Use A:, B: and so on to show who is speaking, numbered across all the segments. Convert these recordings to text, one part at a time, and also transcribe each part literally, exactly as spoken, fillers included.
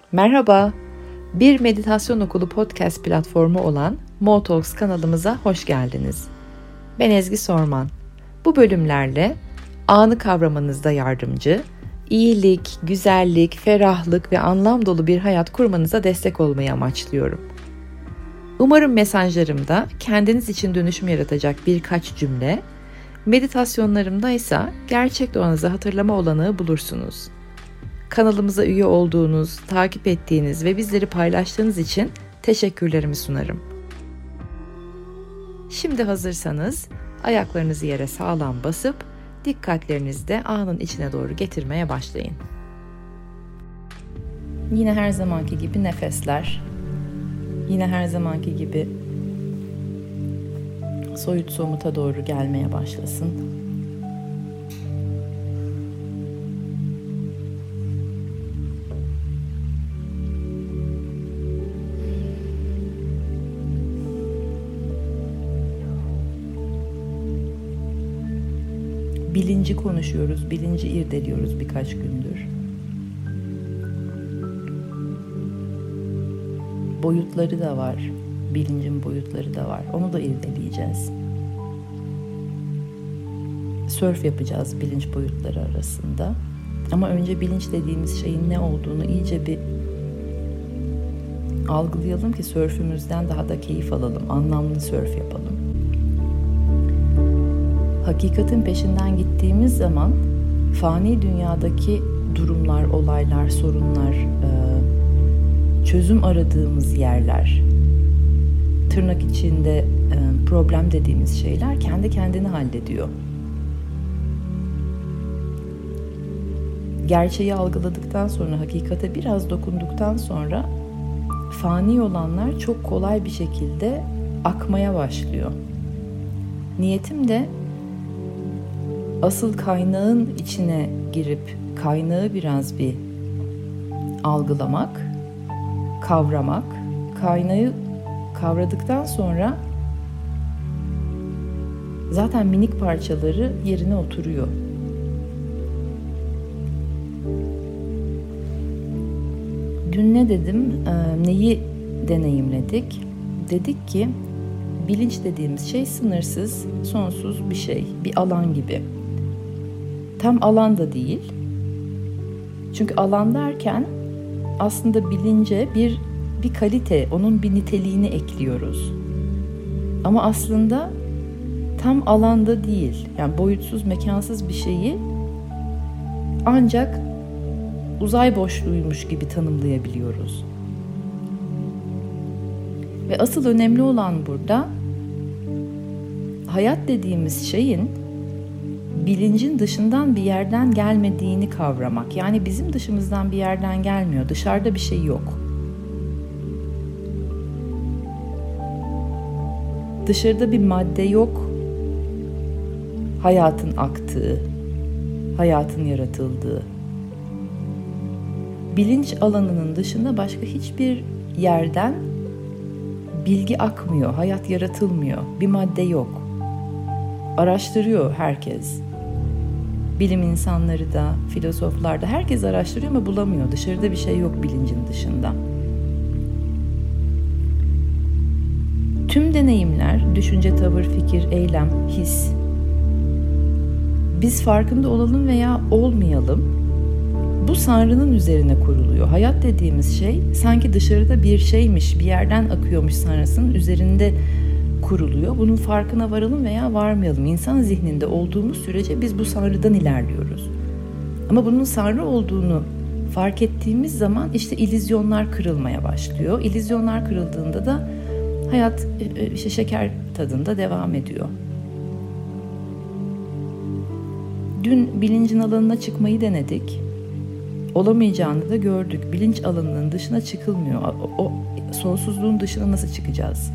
A: Merhaba, bir meditasyon okulu podcast platformu olan Motalks kanalımıza hoş geldiniz. Ben Ezgi Sorman. Bu bölümlerle anı kavramanızda yardımcı, iyilik, güzellik, ferahlık ve anlam dolu bir hayat kurmanıza destek olmayı amaçlıyorum. Umarım mesajlarımda kendiniz için dönüşüm yaratacak birkaç cümle, meditasyonlarımda ise gerçek doğanızı hatırlama olanağı bulursunuz. Kanalımıza üye olduğunuz, takip ettiğiniz ve bizleri paylaştığınız için teşekkürlerimi sunarım. Şimdi hazırsanız ayaklarınızı yere sağlam basıp dikkatlerinizi de anın içine doğru getirmeye başlayın. Yine her zamanki gibi nefesler, yine her zamanki gibi soyut somuta doğru gelmeye başlasın. Bilinci konuşuyoruz, bilinci irdeliyoruz birkaç gündür. Boyutları da var, bilincin boyutları da var. Onu da irdeleyeceğiz. Sörf yapacağız bilinç boyutları arasında. Ama önce bilinç dediğimiz şeyin ne olduğunu iyice bir algılayalım ki sörfümüzden daha da keyif alalım, anlamlı sörf yapalım. Hakikatin peşinden gittiğimiz zaman fani dünyadaki durumlar, olaylar, sorunlar, çözüm aradığımız yerler, tırnak içinde problem dediğimiz şeyler kendi kendini hallediyor. Gerçeği algıladıktan sonra, hakikate biraz dokunduktan sonra fani olanlar çok kolay bir şekilde akmaya başlıyor. Niyetim de asıl kaynağın içine girip kaynağı biraz bir algılamak, kavramak, kaynağı kavradıktan sonra zaten minik parçaları yerine oturuyor. Dün ne dedim, neyi deneyimledik? Dedik ki bilinç dediğimiz şey sınırsız, sonsuz bir şey, bir alan gibi. Tam alan da değil. Çünkü alan derken aslında bilince bir bir kalite, onun bir niteliğini ekliyoruz. Ama aslında tam alanda değil. Yani boyutsuz, mekansız bir şeyi ancak uzay boşluğuymuş gibi tanımlayabiliyoruz. Ve asıl önemli olan burada hayat dediğimiz şeyin bilincin dışından bir yerden gelmediğini kavramak. Yani bizim dışımızdan bir yerden gelmiyor. Dışarıda bir şey yok. Dışarıda bir madde yok. Hayatın aktığı, hayatın yaratıldığı. Bilinç alanının dışında başka hiçbir yerden bilgi akmıyor, hayat yaratılmıyor, bir madde yok. Araştırıyor herkes. Bilim insanları da, filozoflar da herkes araştırıyor ama bulamıyor. Dışarıda bir şey yok bilincin dışında. Tüm deneyimler, düşünce, tavır, fikir, eylem, his. Biz farkında olalım veya olmayalım, bu Sanrı'nın üzerine kuruluyor. Hayat dediğimiz şey sanki dışarıda bir şeymiş, bir yerden akıyormuş Sanrı'sının üzerinde kuruluyor. Bunun farkına varalım veya varmayalım. İnsan zihninde olduğumuz sürece biz bu Sanrı'dan ilerliyoruz. Ama bunun Sanrı olduğunu fark ettiğimiz zaman işte illüzyonlar kırılmaya başlıyor. İllüzyonlar kırıldığında da hayat işte şeker tadında devam ediyor. Dün bilincin alanına çıkmayı denedik. Olamayacağını da gördük. Bilinç alanının dışına çıkılmıyor. O, o sonsuzluğun dışına nasıl çıkacağız?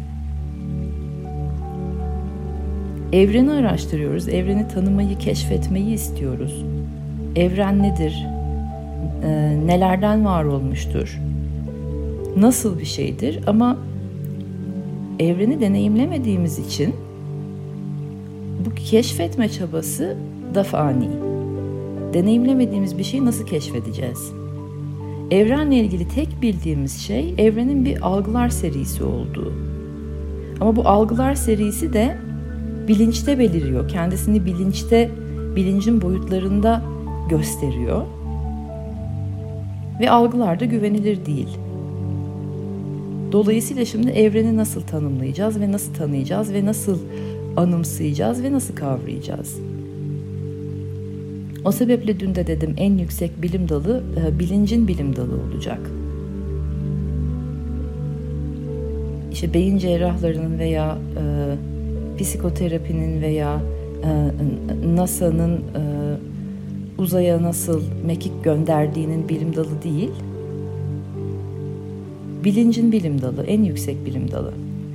A: Evreni araştırıyoruz. Evreni tanımayı, keşfetmeyi istiyoruz. Evren nedir? Ee, nelerden var olmuştur? Nasıl bir şeydir? Ama evreni deneyimlemediğimiz için bu keşfetme çabası da fani. Deneyimlemediğimiz bir şeyi nasıl keşfedeceğiz? evrenle ilgili tek bildiğimiz şey evrenin bir algılar serisi olduğu. Ama bu algılar serisi de bilinçte beliriyor. Kendisini bilinçte, bilincin boyutlarında gösteriyor. Ve algılar da güvenilir değil. Dolayısıyla şimdi evreni nasıl tanımlayacağız ve nasıl tanıyacağız ve nasıl anımsayacağız ve nasıl kavrayacağız? O sebeple dün de dedim, en yüksek bilim dalı bilincin bilim dalı olacak. İşte beyin cerrahlarının veya e, psikoterapinin veya e, NASA'nın e, uzaya nasıl mekik gönderdiğinin bilim dalı değil, bilincin bilim dalı, en yüksek bilim dalı.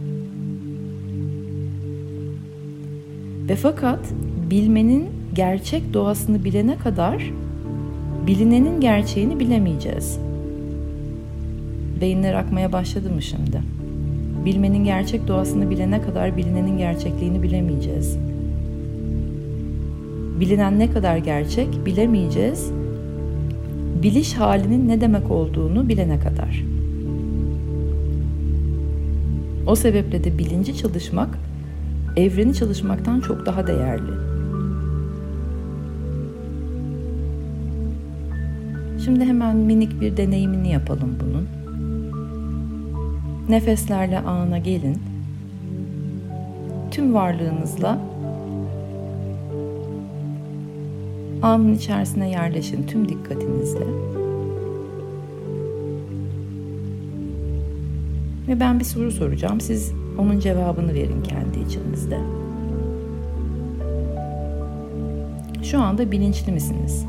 A: Ve fakat bilmenin gerçek doğasını bilene kadar bilinenin gerçeğini bilemeyeceğiz. Beyinler akmaya başladı mı şimdi? Bilmenin gerçek doğasını bilene kadar bilinenin gerçekliğini bilemeyeceğiz. Bilinen ne kadar gerçek bilemeyeceğiz. Biliş halinin ne demek olduğunu bilene kadar. O sebeple de bilinci çalışmak, evreni çalışmaktan çok daha değerli. Şimdi hemen minik bir deneyimini yapalım bunun. Nefeslerle ana gelin. Tüm varlığınızla anın içerisine yerleşin, tüm dikkatinizle. Ve ben bir soru soracağım. Siz onun cevabını verin kendi içinizde. Şu anda bilinçli misiniz?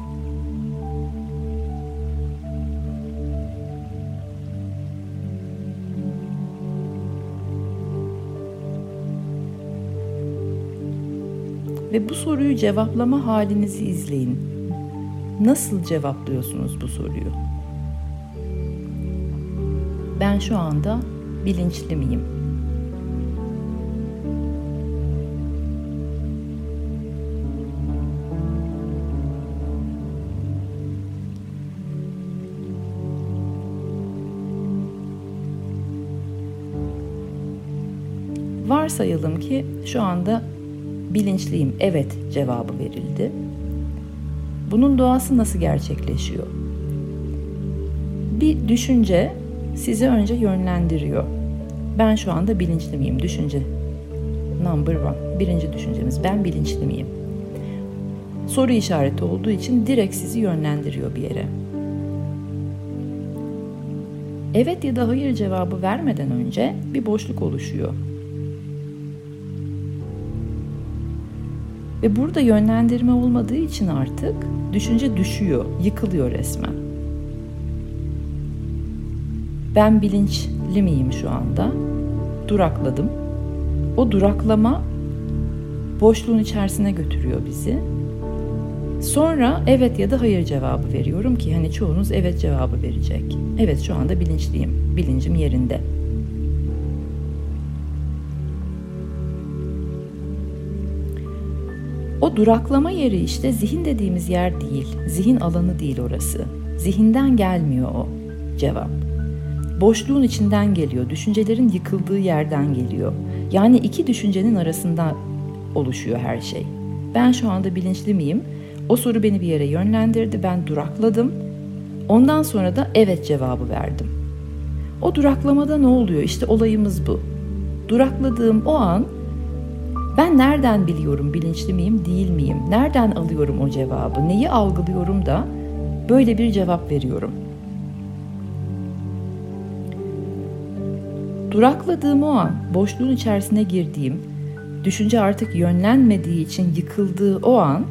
A: Ve bu soruyu cevaplama halinizi izleyin. Nasıl cevaplıyorsunuz bu soruyu? Ben şu anda bilinçli miyim? Varsayalım ki şu anda bilinçliyim, evet cevabı verildi. Bunun doğası nasıl gerçekleşiyor? Bir düşünce sizi önce yönlendiriyor. Ben şu anda bilinçli miyim? Düşünce number one. Birinci düşüncemiz, ben bilinçli miyim? Soru işareti olduğu için direkt sizi yönlendiriyor bir yere. Evet ya da hayır cevabı vermeden önce bir boşluk oluşuyor. Ve burada yönlendirme olmadığı için artık düşünce düşüyor, yıkılıyor resmen. Ben bilinçli miyim şu anda? Durakladım. O duraklama boşluğun içerisine götürüyor bizi. Sonra evet ya da hayır cevabı veriyorum ki hani çoğunuz evet cevabı verecek. Evet şu anda bilinçliyim, bilincim yerinde. O duraklama yeri işte zihin dediğimiz yer değil, zihin alanı değil orası. Zihinden gelmiyor o cevap. Boşluğun içinden geliyor, düşüncelerin yıkıldığı yerden geliyor. Yani iki düşüncenin arasında oluşuyor her şey. Ben şu anda bilinçli miyim? O soru beni bir yere yönlendirdi, ben durakladım. Ondan sonra da evet cevabı verdim. O duraklamada ne oluyor? İşte olayımız bu. Durakladığım o an ben nereden biliyorum bilinçli miyim, değil miyim? Nereden alıyorum o cevabı? Neyi algılıyorum da böyle bir cevap veriyorum? Durakladığım o an, boşluğun içerisine girdiğim, düşünce artık yönlenmediği için yıkıldığı o an,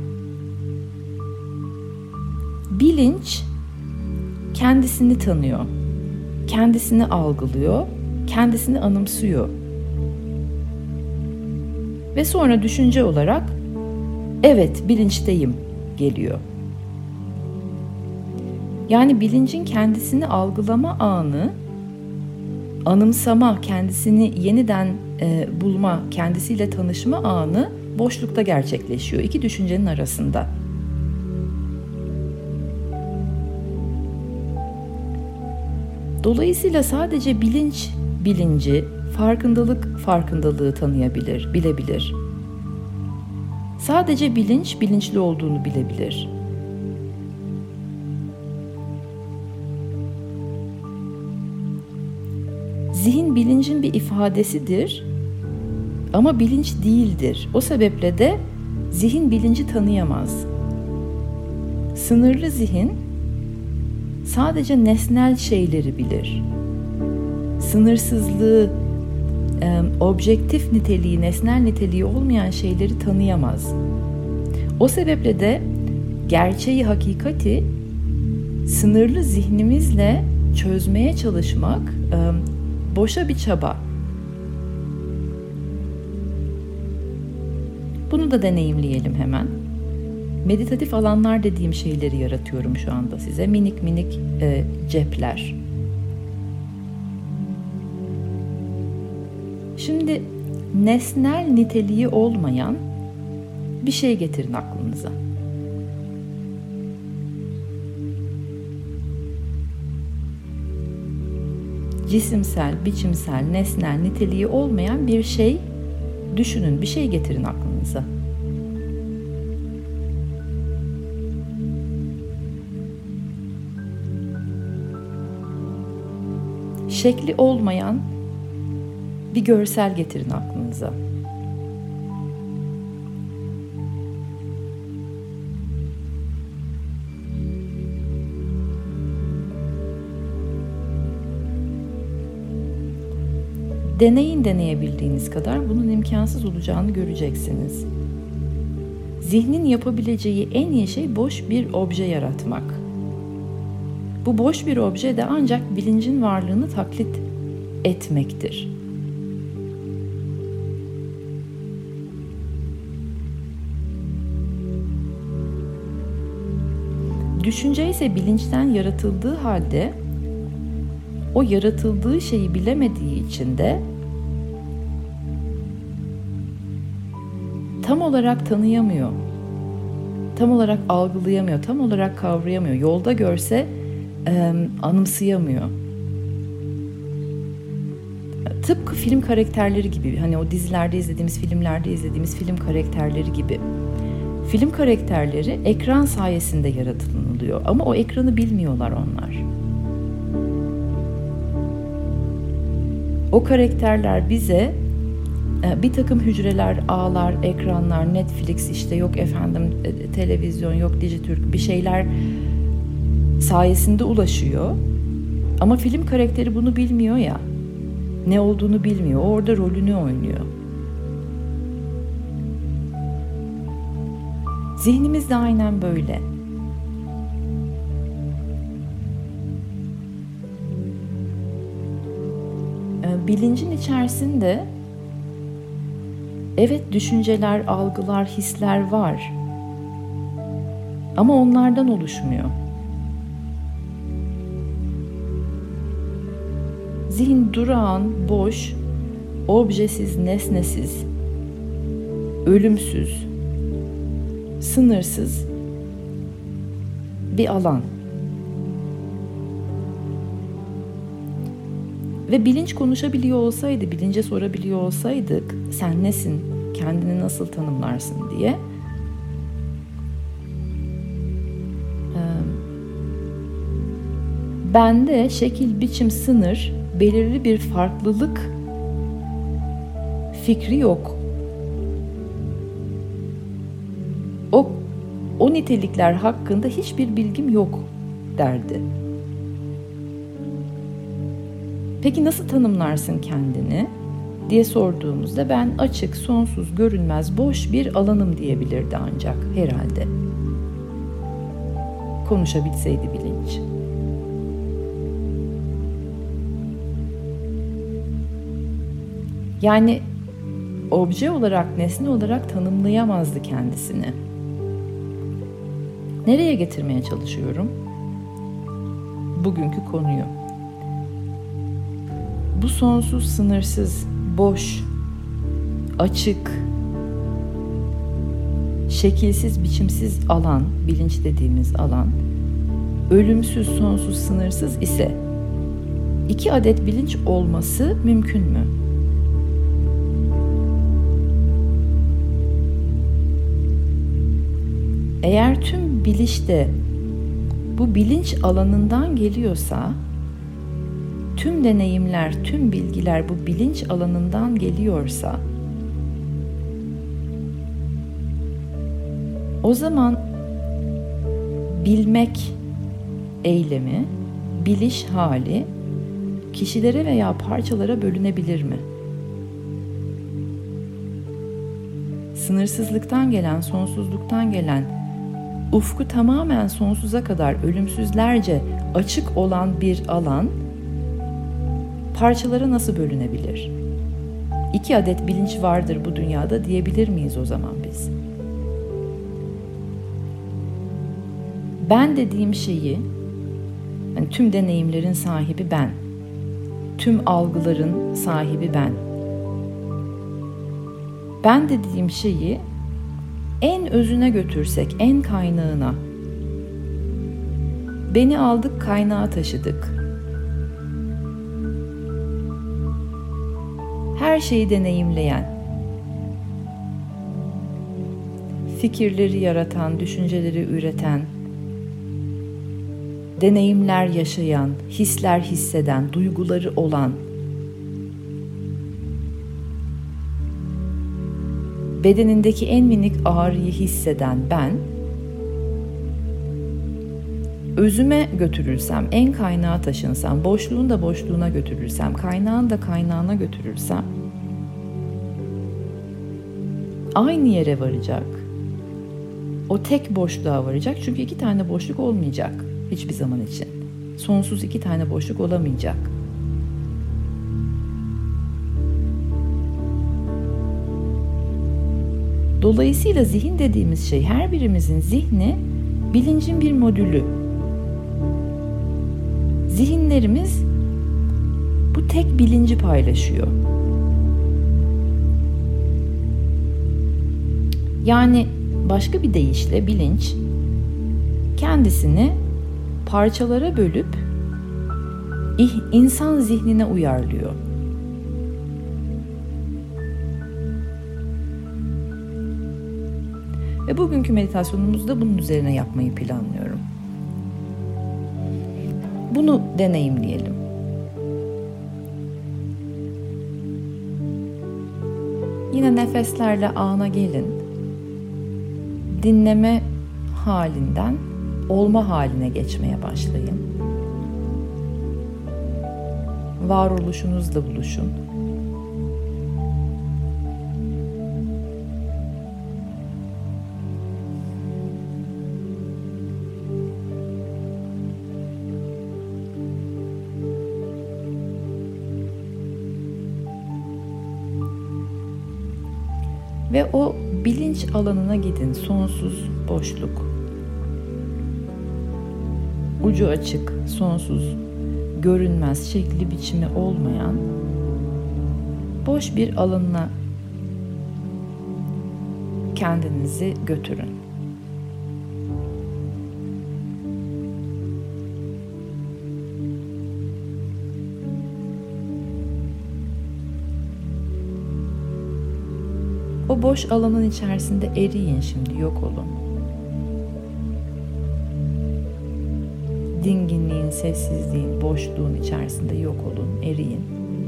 A: bilinç kendisini tanıyor, kendisini algılıyor, kendisini anımsıyor. Ve sonra düşünce olarak evet bilinçteyim geliyor. Yani bilincin kendisini algılama anı, anımsama, kendisini yeniden e, bulma, kendisiyle tanışma anı boşlukta gerçekleşiyor. İki düşüncenin arasında.
B: Dolayısıyla sadece bilinç, bilinci, farkındalık, farkındalığı tanıyabilir, bilebilir. Sadece bilinç, bilinçli olduğunu bilebilir. Zihin bilincin bir ifadesidir ama bilinç değildir. O sebeple de zihin bilinci tanıyamaz. Sınırlı zihin sadece nesnel şeyleri bilir. Sınırsızlığı, e, objektif niteliği, nesnel niteliği olmayan şeyleri tanıyamaz. O sebeple de gerçeği, hakikati sınırlı zihnimizle çözmeye çalışmak e, boşa bir çaba. Bunu da deneyimleyelim hemen. Meditatif alanlar dediğim şeyleri yaratıyorum şu anda size. Minik minik e, cepler. Şimdi nesnel niteliği olmayan bir şey getirin aklınıza. Cisimsel, biçimsel, nesnel niteliği olmayan bir şey düşünün, bir şey getirin aklınıza. Şekli olmayan bir görsel getirin aklınıza. Deneyin deneyebildiğiniz kadar bunun imkansız olacağını göreceksiniz. Zihnin yapabileceği en iyi şey boş bir obje yaratmak. Bu boş bir obje de ancak bilincin varlığını taklit etmektir. Düşünce ise bilinçten yaratıldığı halde o yaratıldığı şeyi bilemediği için de tam olarak tanıyamıyor, tam olarak algılayamıyor, tam olarak kavrayamıyor. Yolda görse e, anımsayamıyor. Tıpkı film karakterleri gibi, hani o dizilerde izlediğimiz, filmlerde izlediğimiz film karakterleri gibi. Film karakterleri ekran sayesinde yaratılıyor ama o ekranı bilmiyorlar onlar. O karakterler bize bir takım hücreler, ağlar, ekranlar, Netflix, işte yok efendim televizyon, yok Dijitürk bir şeyler sayesinde ulaşıyor. Ama film karakteri bunu bilmiyor ya. Ne olduğunu bilmiyor. Orada rolünü oynuyor. Zihnimiz de aynen böyle. Bilincin içerisinde evet düşünceler, algılar, hisler var. Ama onlardan oluşmuyor. Zihin durağan, boş, objesiz, nesnesiz, ölümsüz, sınırsız bir alan. Ve bilinç konuşabiliyor olsaydı, bilince sorabiliyor olsaydık, sen nesin, kendini nasıl tanımlarsın diye, bende şekil, biçim, sınır, belirli bir farklılık fikri yok. O, o nitelikler hakkında hiçbir bilgim yok derdi. Peki nasıl tanımlarsın kendini diye sorduğumuzda ben açık, sonsuz, görünmez, boş bir alanım diyebilirdi ancak herhalde. Konuşabilseydi bilinç. Yani obje olarak, nesne olarak tanımlayamazdı kendisini. Nereye getirmeye çalışıyorum? Bugünkü konuyu. Bu sonsuz, sınırsız, boş, açık, şekilsiz, biçimsiz alan, bilinç dediğimiz alan, ölümsüz, sonsuz, sınırsız ise iki adet bilinç olması mümkün mü? Eğer tüm biliş de bu bilinç alanından geliyorsa, tüm deneyimler, tüm bilgiler bu bilinç alanından geliyorsa, o zaman bilmek eylemi, biliş hali kişilere veya parçalara bölünebilir mi? Sınırsızlıktan gelen, sonsuzluktan gelen, ufku tamamen sonsuza kadar ölümsüzlerce açık olan bir alan parçalara nasıl bölünebilir? İki adet bilinç vardır bu dünyada diyebilir miyiz o zaman biz? Ben dediğim şeyi, yani tüm deneyimlerin sahibi ben, tüm algıların sahibi ben. Ben dediğim şeyi en özüne götürsek, en kaynağına, beni aldık kaynağa taşıdık. Her şeyi deneyimleyen, fikirleri yaratan, düşünceleri üreten, deneyimler yaşayan, hisler hisseden, duyguları olan, bedenindeki en minik ağrıyı hisseden ben, özüme götürürsem, en kaynağa taşınsam, boşluğun da boşluğuna götürürsem, kaynağın da kaynağına götürürsem, aynı yere varacak. O tek boşluğa varacak. Çünkü iki tane boşluk olmayacak hiçbir zaman için. Sonsuz iki tane boşluk olamayacak. Dolayısıyla zihin dediğimiz şey, her birimizin zihni bilincin bir modülü. Zihinlerimiz bu tek bilinci paylaşıyor. Yani başka bir deyişle bilinç kendisini parçalara bölüp insan zihnine uyarlıyor. Ve bugünkü meditasyonumuzda bunun üzerine yapmayı planlıyorum. Bunu deneyimleyelim. Yine nefeslerle ana gelin. Dinleme halinden olma haline geçmeye başlayın. Varoluşunuzla buluşun. Ve o bilinç alanına gidin, sonsuz boşluk. Ucu açık, sonsuz, görünmez, şekli biçimi olmayan boş bir alanına kendinizi götürün. O boş alanın içerisinde eriyin şimdi, yok olun. Dinginliğin, sessizliğin, boşluğun içerisinde yok olun, eriyin.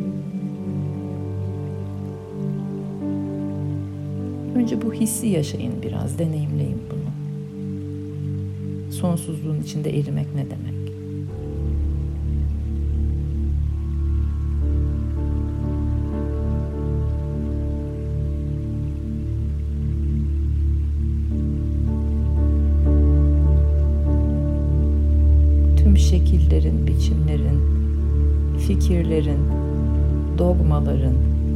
B: Önce bu hissi yaşayın biraz, deneyimleyin bunu. Sonsuzluğun içinde erimek ne demek? Şekillerin, biçimlerin, fikirlerin, dogmaların,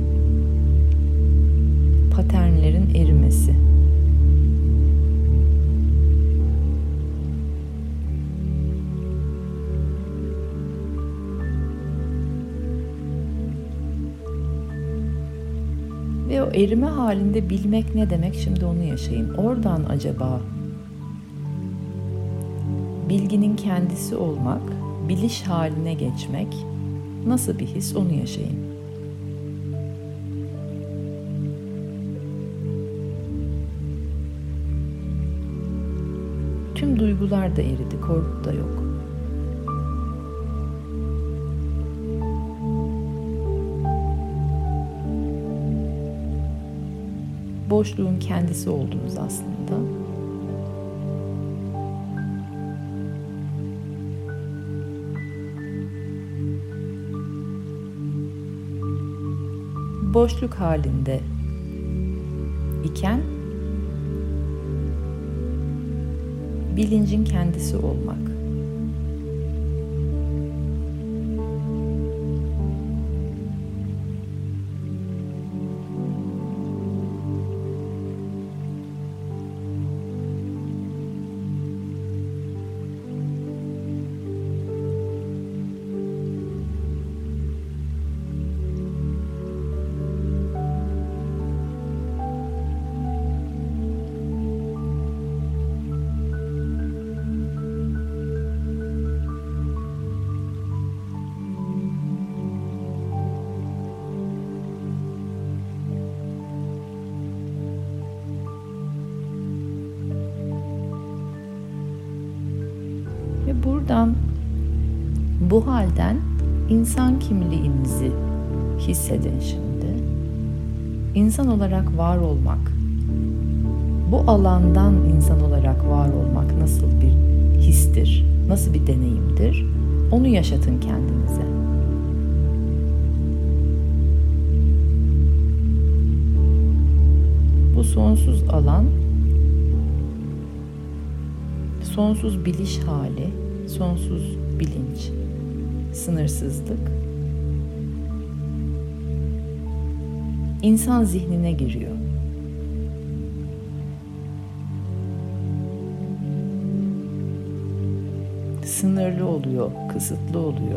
B: paternlerin erimesi. Ve o erime halinde bilmek ne demek? Şimdi onu yaşayın. Oradan acaba bilginin kendisi olmak, biliş haline geçmek Nasıl bir his, onu yaşayın. Tüm duygular da eridi, korku da yok. Boşluğun kendisi oldunuz aslında. Boşluk halinde iken bilincin kendisi olmak. Ve buradan, bu halden insan kimliğinizi hissedin şimdi. İnsan olarak var olmak, bu alandan insan olarak var olmak nasıl bir histir, nasıl bir deneyimdir? Onu yaşatın kendinize. Bu sonsuz alan, sonsuz biliş hali, sonsuz bilinç, sınırsızlık, insan zihnine giriyor. Sınırlı oluyor, kısıtlı oluyor.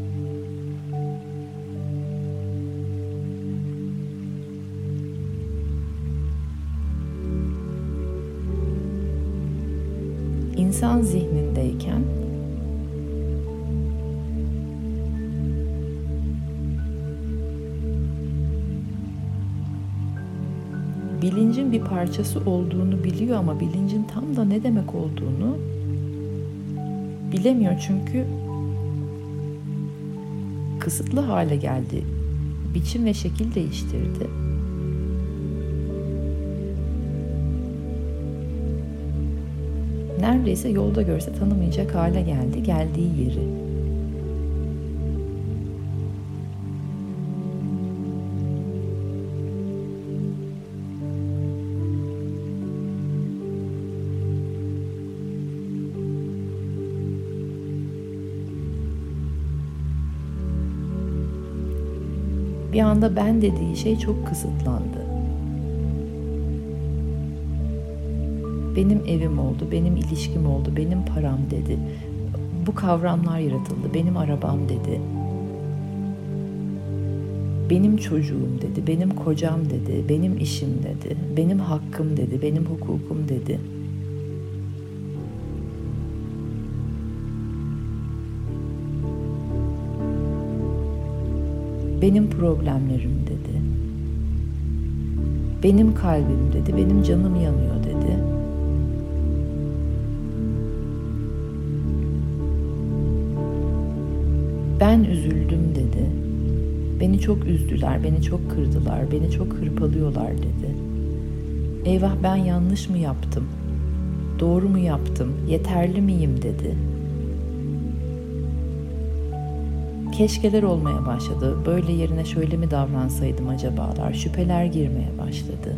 B: İnsan zihnindeyken bilincin bir parçası olduğunu biliyor ama bilincin tam da ne demek olduğunu bilemiyor, çünkü kısıtlı hale geldi. Biçim ve şekil değiştirdi. Neredeyse yolda görse tanımayacak hale geldi, geldiği yeri. Bir anda ben dediği şey çok kısıtlandı. Benim evim oldu, benim ilişkim oldu, benim param dedi. Bu kavramlar yaratıldı, benim arabam dedi. Benim çocuğum dedi, benim kocam dedi, benim işim dedi, benim hakkım dedi, benim hukukum dedi. Benim problemlerim dedi. Benim kalbim dedi, benim canım yanıyor dedi. Ben üzüldüm dedi. Beni çok üzdüler, beni çok kırdılar, beni çok hırpalıyorlar dedi. Eyvah, ben yanlış mı yaptım? Doğru mu yaptım? Yeterli miyim dedi. Keşkeler olmaya başladı. Böyle yerine şöyle mi davransaydım acabalar? Şüpheler girmeye başladı.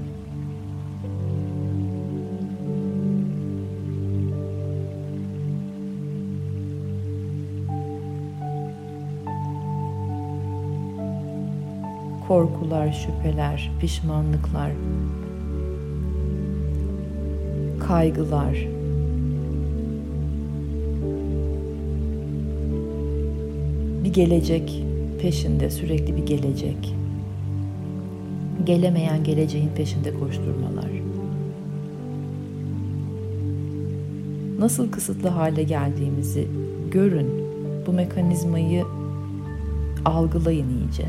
B: Korkular, şüpheler, pişmanlıklar, kaygılar, bir gelecek peşinde, sürekli bir gelecek. Gelemeyen geleceğin peşinde koşturmalar. Nasıl kısıtlı hale geldiğimizi görün. Bu mekanizmayı algılayın iyice.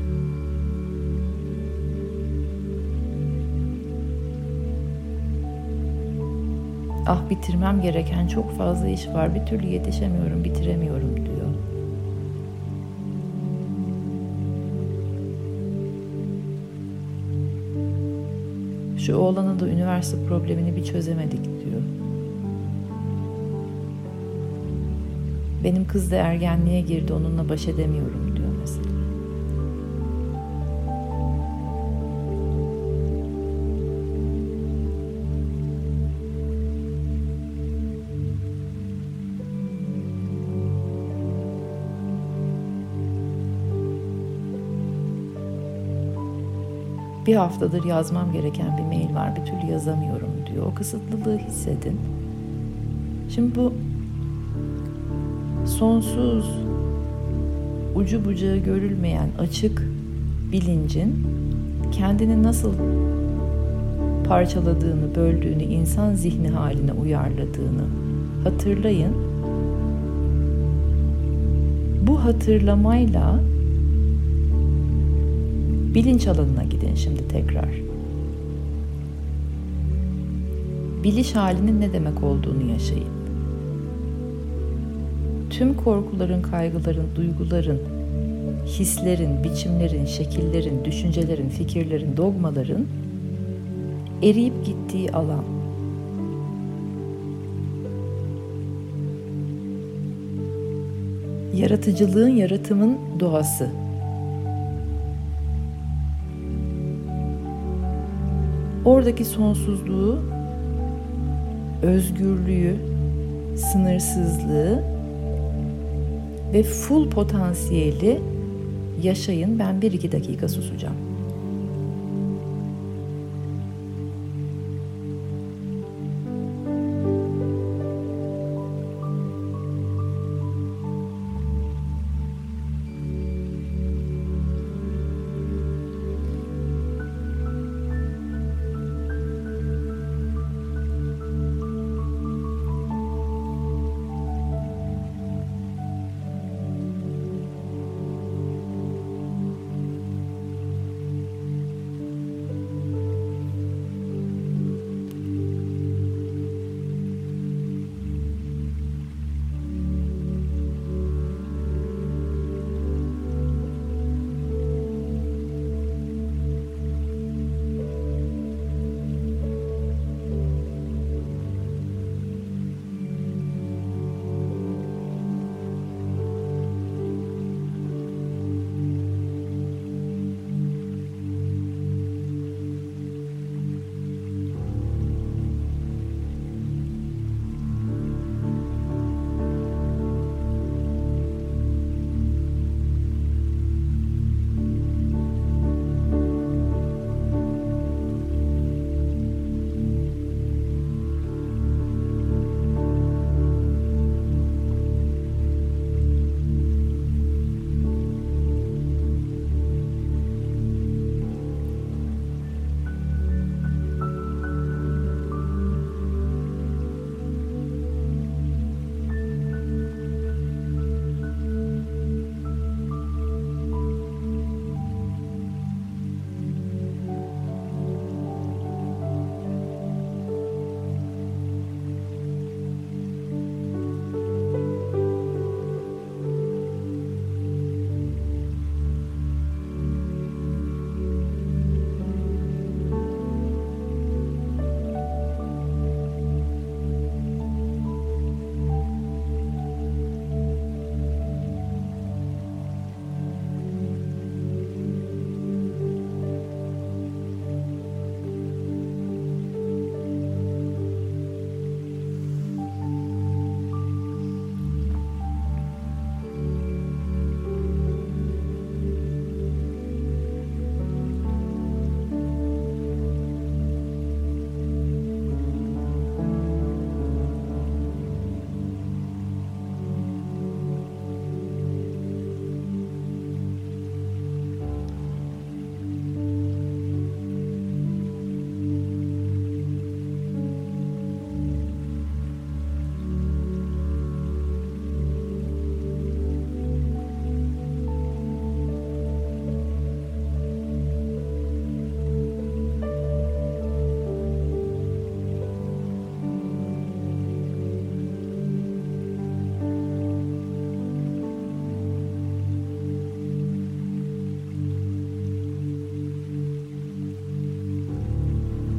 B: Ah, bitirmem gereken çok fazla iş var, bir türlü yetişemiyorum, bitiremiyorum diyor. Şu oğlanın da üniversite problemini bir çözemedik diyor. Benim kız da ergenliğe girdi, onunla baş edemiyorum diyor mesela. Bir haftadır yazmam gereken bir mail var, bir türlü yazamıyorum diyor. O kısıtlılığı hissedin. Şimdi bu sonsuz, ucu bucağı görülmeyen açık bilincin kendini nasıl parçaladığını, böldüğünü, insan zihni haline uyarladığını hatırlayın. Bu hatırlamayla bilinç alanına gidin şimdi tekrar. Biliş halinin ne demek olduğunu yaşayın. Tüm korkuların, kaygıların, duyguların, hislerin, biçimlerin, şekillerin, düşüncelerin, fikirlerin, dogmaların eriyip gittiği alan. Yaratıcılığın, yaratımın doğası. Oradaki sonsuzluğu, özgürlüğü, sınırsızlığı ve full potansiyeli yaşayın. Ben bir iki dakika susacağım.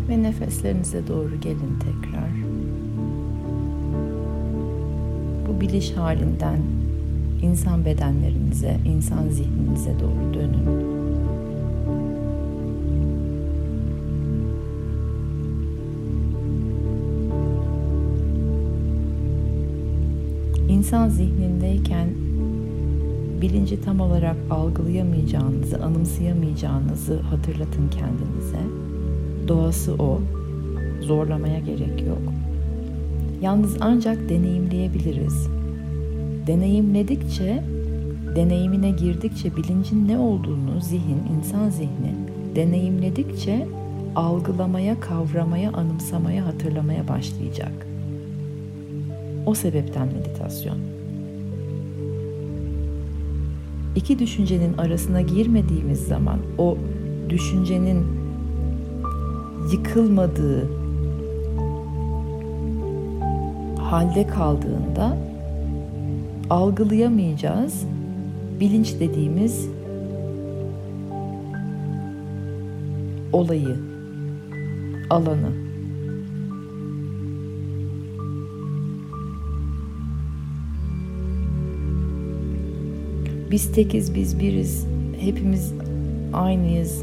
B: Ve nefeslerinize doğru gelin tekrar. Bu biliş halinden insan bedenlerinize, insan zihninize doğru dönün. İnsan zihnindeyken bilinci tam olarak algılayamayacağınızı, anımsayamayacağınızı hatırlatın kendinize. Doğası o. Zorlamaya gerek yok. Yalnız ancak deneyimleyebiliriz. Deneyimledikçe, deneyimine girdikçe bilincin ne olduğunu zihin, insan zihni deneyimledikçe algılamaya, kavramaya, anımsamaya, hatırlamaya başlayacak. O sebepten meditasyon. İki düşüncenin arasına girmediğimiz zaman o düşüncenin yıkılmadığı halde kaldığında algılayamayacağız bilinç dediğimiz olayı, alanı. Biz tekiz, biz biriz, hepimiz aynıyız.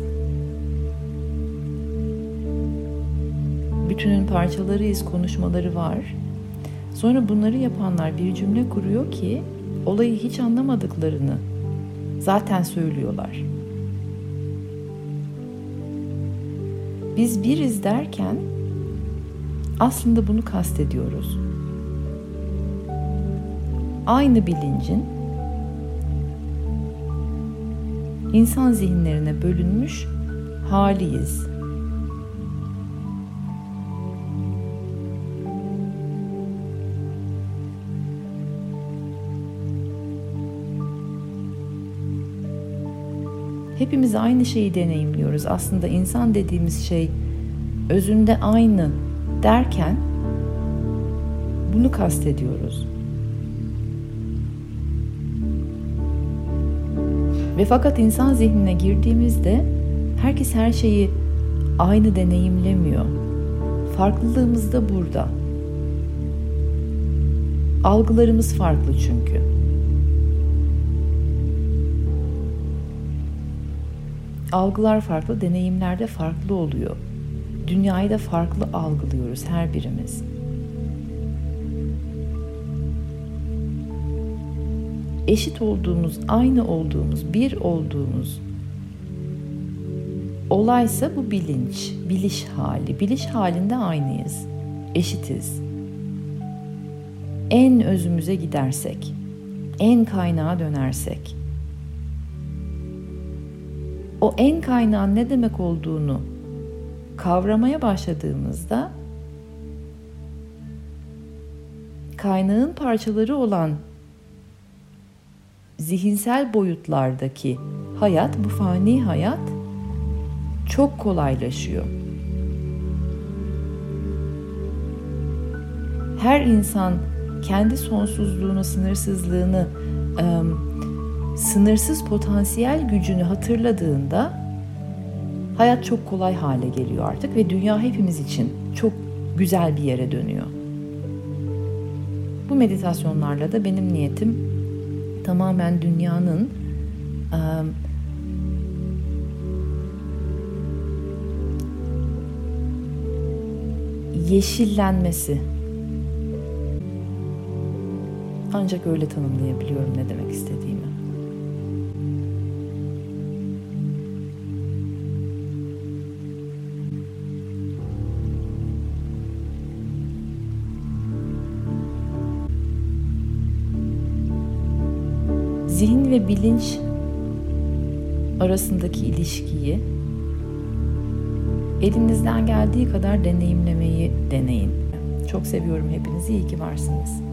B: Bütünün parçalarıyız konuşmaları var. Sonra bunları yapanlar bir cümle kuruyor ki olayı hiç anlamadıklarını zaten söylüyorlar. Biz biriz derken aslında bunu kastediyoruz. Aynı bilincin insan zihinlerine bölünmüş haliyiz. Hepimiz aynı şeyi deneyimliyoruz. Aslında insan dediğimiz şey özünde aynı derken bunu kastediyoruz. Ve fakat insan zihnine girdiğimizde herkes her şeyi aynı deneyimlemiyor. Farklılığımız da burada. Algılarımız farklı çünkü. Algılar farklı, deneyimler de farklı oluyor. Dünyayı da farklı algılıyoruz her birimiz. Eşit olduğumuz, aynı olduğumuz, bir olduğumuz olaysa bu bilinç, biliş hali. Biliş halinde aynıyız, eşitiz. En özümüze gidersek, en kaynağa dönersek, o en kaynağın ne demek olduğunu kavramaya başladığımızda kaynağın parçaları olan zihinsel boyutlardaki hayat, bu fani hayat çok kolaylaşıyor. Her insan kendi sonsuzluğunu, sınırsızlığını, ıı, sınırsız potansiyel gücünü hatırladığında hayat çok kolay hale geliyor artık ve dünya hepimiz için çok güzel bir yere dönüyor. Bu meditasyonlarla da benim niyetim tamamen dünyanın ıı, yeşillenmesi. Ancak öyle tanımlayabiliyorum ne demek istediğimi. Zihin ve bilinç arasındaki ilişkiyi elinizden geldiği kadar deneyimlemeyi deneyin. Çok seviyorum hepinizi, iyi ki varsınız.